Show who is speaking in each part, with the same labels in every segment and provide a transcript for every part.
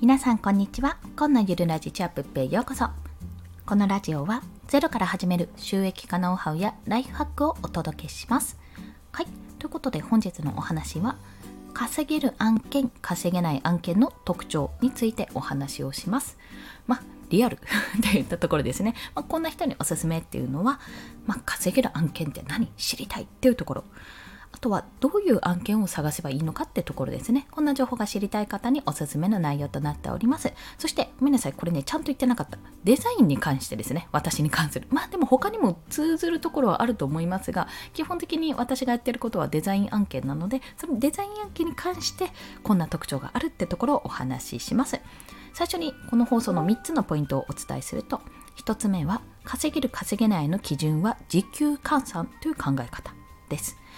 Speaker 1: 皆さんこんにちは。今のゆるラジチャップへようこそ。このラジオはゼロから始める収益化ノウハウやライフハックをお届けします。はい、ということで本日のお話は稼げる案件、稼げない案件の特徴についてお話をします。リアルっていったところですね。こんな人におすすめっていうのは、稼げる案件って何？知りたいっていうところ。あとはどういう案件を探せばいいのかってところですね。こんな情報が知りたい方におすすめの内容となっております。そして皆さんこれね、ちゃんと言ってなかった。デザインに関してですね、私に関する。でも他にも通ずるところはあると思いますが、基本的に私がやってることはデザイン案件なので、そのデザイン案件に関してこんな特徴があるってところをお話しします。最初にこの放送の3つのポイントをお伝えすると、1つ目は稼げる稼げないの基準は時給換算という考え方です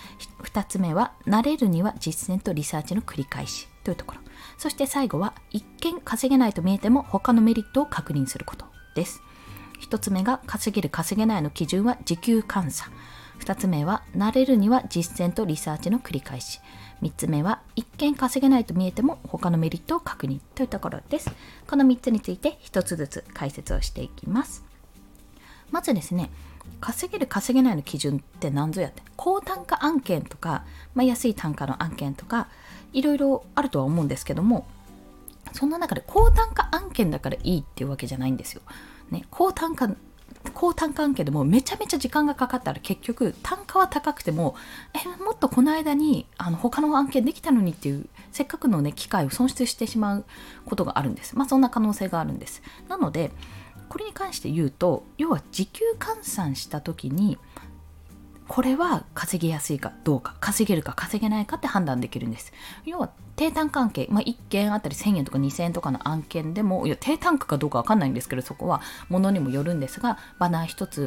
Speaker 1: 。2つ目は慣れるには実践とリサーチの繰り返しというところ。そして最後は一見稼げないと見えても他のメリットを確認することです。1つ目が稼げる稼げないの基準は時給換算。2つ目は慣れるには実践とリサーチの繰り返し。3つ目は一見稼げないと見えても他のメリットを確認というところです。この3つについて1つずつ解説をしていきます。まずですね、稼げる稼げないの基準って何ぞやって、高単価案件とか、安い単価の案件とかいろいろあるとは思うんですけども、そんな中で高単価案件だからいいっていうわけじゃないんですよ、ね。高単価案件でもめちゃめちゃ時間がかかったら結局単価は高くてももっとこの間に他の案件できたのにっていうせっかくのね機会を損失してしまうことがあるんです。そんな可能性があるんです。なのでこれに関して言うと、要は時給換算した時にこれは稼ぎやすいかどうか、稼げるか稼げないかって判断できるんです。要は低単価案件、1件あたり1000円とか2000円とかの案件でも、低単価かどうかわかんないんですけど、そこは物にもよるんですが、バナー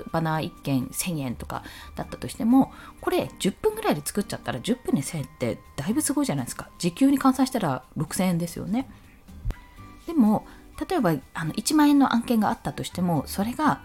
Speaker 1: 1件1000円とかだったとしても、これ10分ぐらいで作っちゃったら10分で1000円ってだいぶすごいじゃないですか。時給に換算したら6000円ですよね。でも例えば1万円の案件があったとしても、それが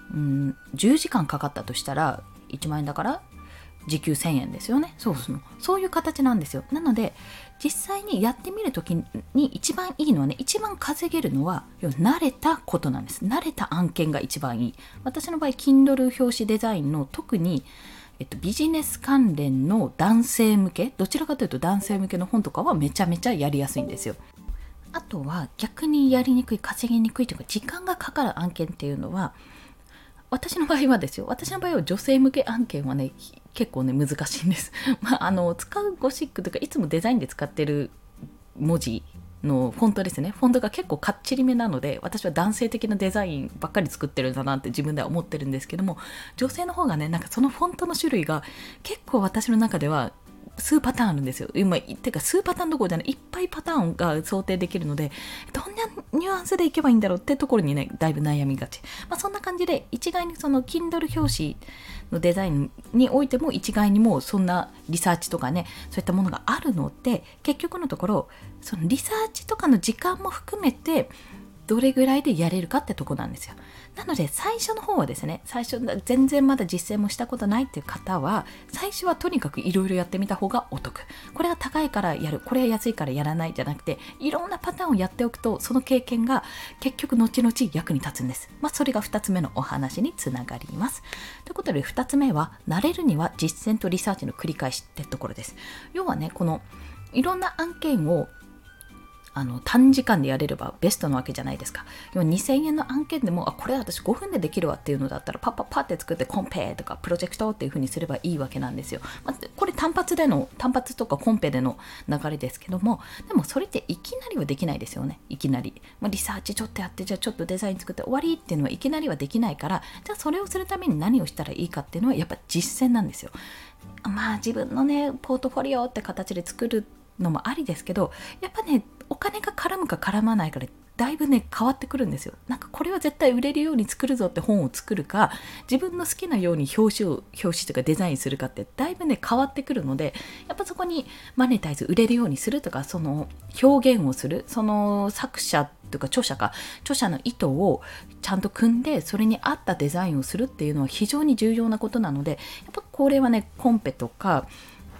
Speaker 1: 10時間かかったとしたら1万円だから時給1000円ですよね。そういう形なんですよ。なので実際にやってみるときに一番いいのはね、一番稼げるのは慣れたことなんです。慣れた案件が一番いい。私の場合 Kindle 表紙デザインの特にビジネス関連の男性向け、どちらかというと男性向けの本とかはめちゃめちゃやりやすいんですよ。あとは逆にやりにくい、稼ぎにくいというか時間がかかる案件っていうのは、私の場合は女性向け案件はね結構ね難しいんです。使うゴシックとかいつもデザインで使ってる文字のフォントですね。フォントが結構かっちりめなので、私は男性的なデザインばっかり作ってるんだなって自分では思ってるんですけども、女性の方がねそのフォントの種類が結構私の中では数パターンあるんですよ。てか数パターンどころじゃない、いっぱいパターンが想定できるので、どんなニュアンスでいけばいいんだろうってところにねだいぶ悩みがち。そんな感じで一概にその Kindle 表紙のデザインにおいても一概にもうそんなリサーチとかね、そういったものがあるので、結局のところそのリサーチとかの時間も含めてどれぐらいでやれるかってとこなんですよ。なので最初の方はですね、全然まだ実践もしたことないっていう方は、最初はとにかくいろいろやってみた方がお得。これは高いからやる、これは安いからやらないじゃなくて、いろんなパターンをやっておくと、その経験が結局後々役に立つんです。それが2つ目のお話につながります。ということで2つ目は、慣れるには実践とリサーチの繰り返しってところです。要はね、このいろんな案件を短時間でやれればベストなわけじゃないですか。2000円の案件でもこれは私5分でできるわっていうのだったらパッパッパって作ってコンペとかプロジェクトっていう風にすればいいわけなんですよ。これ単発とかコンペでの流れですけども、でもそれっていきなりはできないですよね。いきなり、リサーチちょっとやって、じゃあちょっとデザイン作って終わりっていうのはいきなりはできないから、じゃあそれをするために何をしたらいいかっていうのはやっぱ実践なんですよ。自分のねポートフォリオって形で作るのもありですけど、やっぱねお金が絡むか絡まないかでだいぶね変わってくるんですよ。これは絶対売れるように作るぞって本を作るか、自分の好きなように表紙とかデザインするかってだいぶね変わってくるので、やっぱそこにマネタイズ売れるようにするとか、その表現をする、その作者とか著者の意図をちゃんと組んで、それに合ったデザインをするっていうのは非常に重要なことなので、やっぱこれはねコンペとか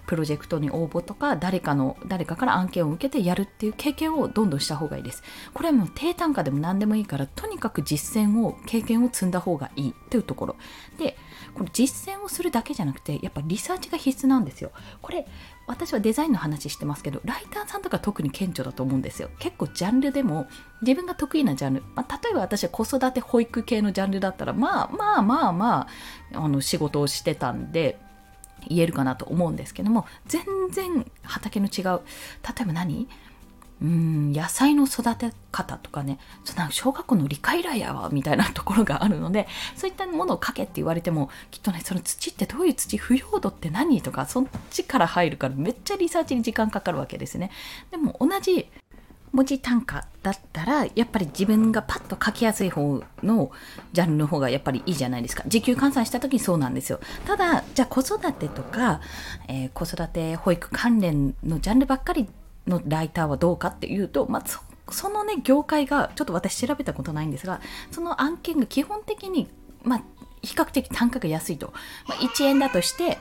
Speaker 1: プロジェクトに応募とか誰かから案件を受けてやるっていう経験をどんどんした方がいいです。これはもう低単価でも何でもいいから、とにかく経験を積んだ方がいいというところで、この実践をするだけじゃなくてやっぱリサーチが必須なんですよ。これ私はデザインの話してますけど、ライターさんとか特に顕著だと思うんですよ。結構ジャンルでも自分が得意なジャンル、例えば私は子育て保育系のジャンルだったら仕事をしてたんで言えるかなと思うんですけども、全然畑の違う、例えば野菜の育て方とかね、小学校の理科以来やわみたいなところがあるので、そういったものを書けって言われてもきっとね、その土ってどういう土、腐葉土って何とかそっちから入るからめっちゃリサーチに時間かかるわけですね。でも同じ文字単価だったらやっぱり自分がパッと書きやすい方のジャンルの方がやっぱりいいじゃないですか。時給換算した時にそうなんですよ。ただじゃあ子育てとか、子育て保育関連のジャンルばっかりのライターはどうかっていうと、そのね業界がちょっと私調べたことないんですが、その案件が基本的に比較的単価が安いと、1円だとして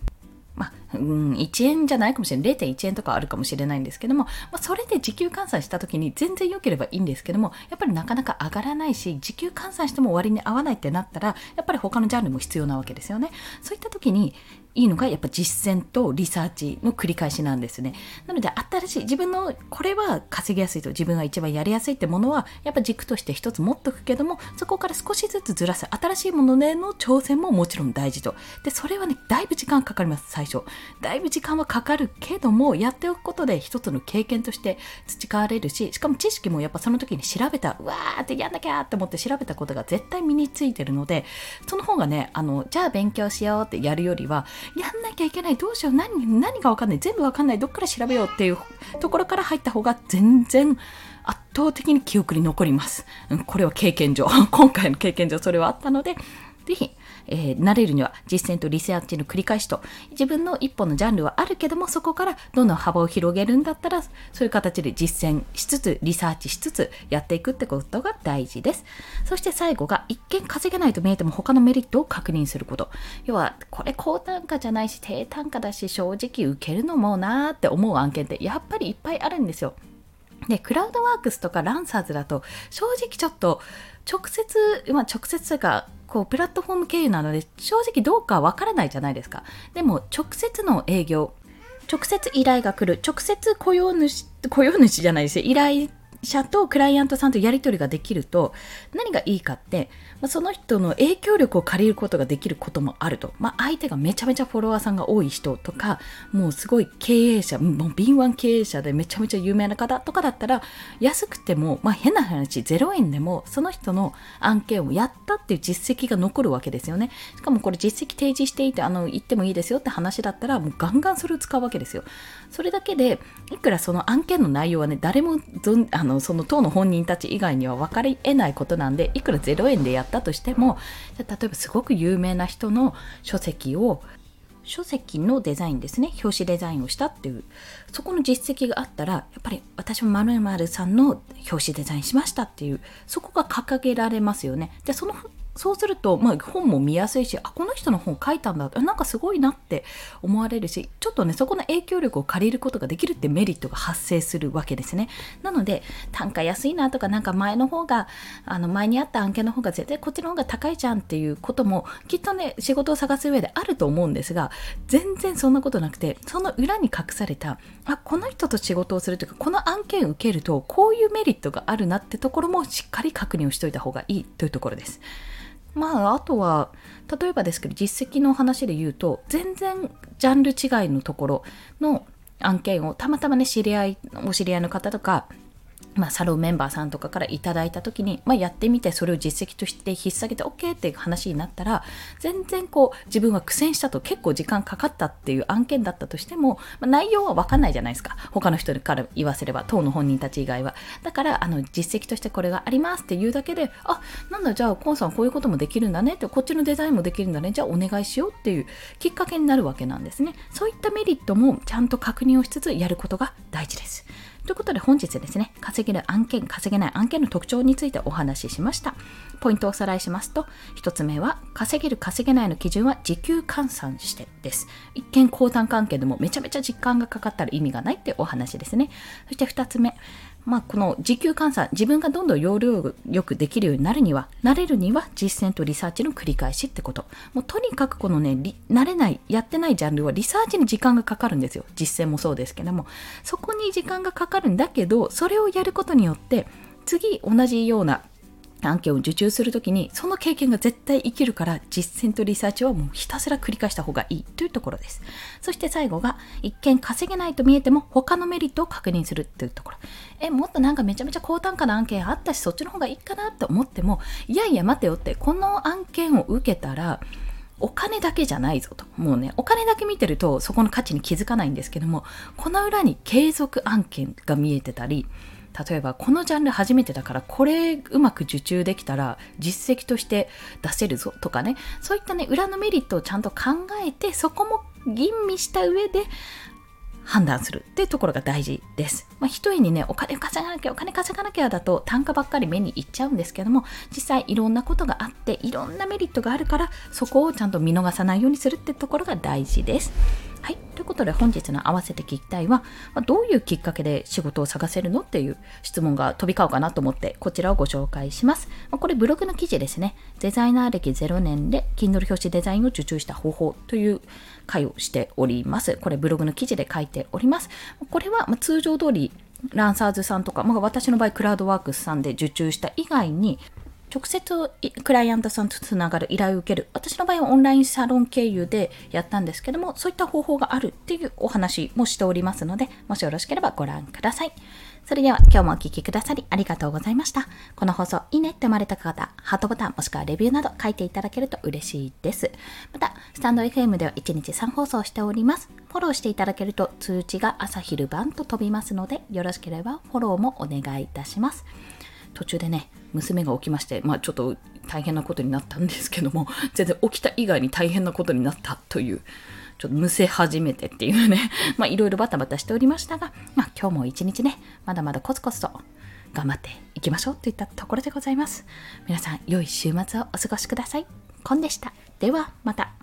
Speaker 1: 1円じゃないかもしれない、 0.1 円とかあるかもしれないんですけども、それで時給換算した時に全然良ければいいんですけども、やっぱりなかなか上がらないし、時給換算しても割に合わないってなったらやっぱり他のジャンルも必要なわけですよね。そういった時にいいのがやっぱ実践とリサーチの繰り返しなんですね。なので新しい自分のこれは稼ぎやすいと、自分が一番やりやすいってものはやっぱ軸として一つ持っとくけども、そこから少しずつずらす新しいものへの挑戦ももちろん大事と。でそれはねだいぶ時間かかります。最初だいぶ時間はかかるけども、やっておくことで一つの経験として培われるし、しかも知識もやっぱその時に調べた、うわーってやんなきゃって思って調べたことが絶対身についてるので、その方がねじゃあ勉強しようってやるよりは、やんなきゃいけない、どうしよう、何が分かんない、全部分かんない、どっから調べようっていうところから入った方が全然圧倒的に記憶に残ります。これは経験上今回の経験上それはあったので、ぜひ慣れるには実践とリサーチの繰り返しと、自分の一本のジャンルはあるけども、そこからどんどん幅を広げるんだったらそういう形で実践しつつリサーチしつつやっていくってことが大事です。そして最後が、一見稼げないと見えても他のメリットを確認すること。要はこれ高単価じゃないし低単価だし、正直受けるのもなーって思う案件ってやっぱりいっぱいあるんですよ。でクラウドワークスとかランサーズだと正直ちょっと直接というかプラットフォーム経由なので正直どうかわからないじゃないですか。でも直接の営業、直接依頼が来る、直接雇用主じゃないですよ、依頼者とクライアントさんとやり取りができると何がいいかって、その人の影響力を借りることができることもあると。相手がめちゃめちゃフォロワーさんが多い人とか、もうすごい経営者、もう敏腕経営者でめちゃめちゃ有名な方とかだったら、安くても、変な話0円でもその人の案件をやったっていう実績が残るわけですよね。しかもこれ実績提示していて言ってもいいですよって話だったら、もうガンガンそれを使うわけですよ。それだけでいくらその案件の内容はね、誰もその当の本人たち以外には分かり得ないことなんで、いくら0円でやったとしても、例えばすごく有名な人の書籍のデザインですね、表紙デザインをしたっていう、そこの実績があったら、やっぱり私も〇〇さんの表紙デザインしましたっていう、そこが掲げられますよね。でそうすると、本も見やすいし、この人の本書いたんだ、なんかすごいなって思われるし、ちょっとね、そこの影響力を借りることができるってメリットが発生するわけですね。なので、単価安いなとか、なんか前の方が、前にあった案件の方が絶対こっちの方が高いじゃんっていうことも、きっとね、仕事を探す上であると思うんですが、全然そんなことなくて、その裏に隠された、この人と仕事をするというか、この案件を受けると、こういうメリットがあるなってところもしっかり確認をしといた方がいいというところです。あとは例えばですけど、実績の話で言うと、全然ジャンル違いのところの案件をたまたまね、お知り合いの方とか、サロンメンバーさんとかからいただいた時に、やってみてそれを実績として引っ提げて OK っていう話になったら、全然自分は苦戦したと、結構時間かかったっていう案件だったとしても、内容は分かんないじゃないですか、他の人から言わせれば、当の本人たち以外は。だから実績としてこれがありますっていうだけで、なんだ、じゃあコンさんこういうこともできるんだねって、こっちのデザインもできるんだね、じゃあお願いしようっていうきっかけになるわけなんですね。そういったメリットもちゃんと確認をしつつやることが大事です。 ということで本日ですね、稼げる案件、稼げない案件の特徴についてお話ししました。ポイントをおさらいしますと、1つ目は稼げる稼げないの基準は時給換算してです。一見高単価案件でもめちゃめちゃ時間がかかったら意味がないってお話ですね。そして2つ目、この時給換算、自分がどんどん要領よくできるようになれるには実践とリサーチの繰り返しってこと。もうとにかくこのね、慣れない、やってないジャンルはリサーチに時間がかかるんですよ。実践もそうですけども。そこに時間がかかるんだけど、それをやることによって、次同じような案件を受注するときにその経験が絶対生きるから、実践とリサーチはもうひたすら繰り返した方がいいというところです。そして最後が、一見稼げないと見えても他のメリットを確認するというところ。もっとなんかめちゃめちゃ高単価な案件あったし、そっちの方がいいかなと思っても、いやいや待てよって、この案件を受けたらお金だけじゃないぞと。もうね、お金だけ見てるとそこの価値に気づかないんですけども、この裏に継続案件が見えてたり、例えばこのジャンル初めてだからこれうまく受注できたら実績として出せるぞとかね、そういったね裏のメリットをちゃんと考えて、そこも吟味した上で判断するっていうところが大事です。一重にね、お金稼がなきゃだと単価ばっかり目にいっちゃうんですけども、実際いろんなことがあっていろんなメリットがあるから、そこをちゃんと見逃さないようにするってところが大事です。はい、ということで本日の合わせて聞きたいは、どういうきっかけで仕事を探せるのっていう質問が飛び交うかなと思って、こちらをご紹介します。これブログの記事ですね。デザイナー歴0年で Kindle 表紙デザインを受注した方法という回をしております。これブログの記事で書いております。これは通常通りランサーズさんとか、私の場合クラウドワークスさんで受注した以外に、直接クライアントさんとつながる、依頼を受ける、私の場合はオンラインサロン経由でやったんですけども、そういった方法があるっていうお話もしておりますので、もしよろしければご覧ください。それでは今日もお聞きくださりありがとうございました。この放送いいねって思われた方、ハートボタンもしくはレビューなど書いていただけると嬉しいです。またスタンド FM では1日3放送しております。フォローしていただけると通知が朝昼晩と飛びますので、よろしければフォローもお願いいたします。途中でね、娘が起きまして、ちょっと大変なことになったんですけども、全然起きた以外に大変なことになったという、ちょっとむせ始めてっていうね、いろいろバタバタしておりましたが、今日も一日ね、まだまだコツコツと頑張っていきましょうといったところでございます。皆さん、良い週末をお過ごしください。コンでした。ではまた。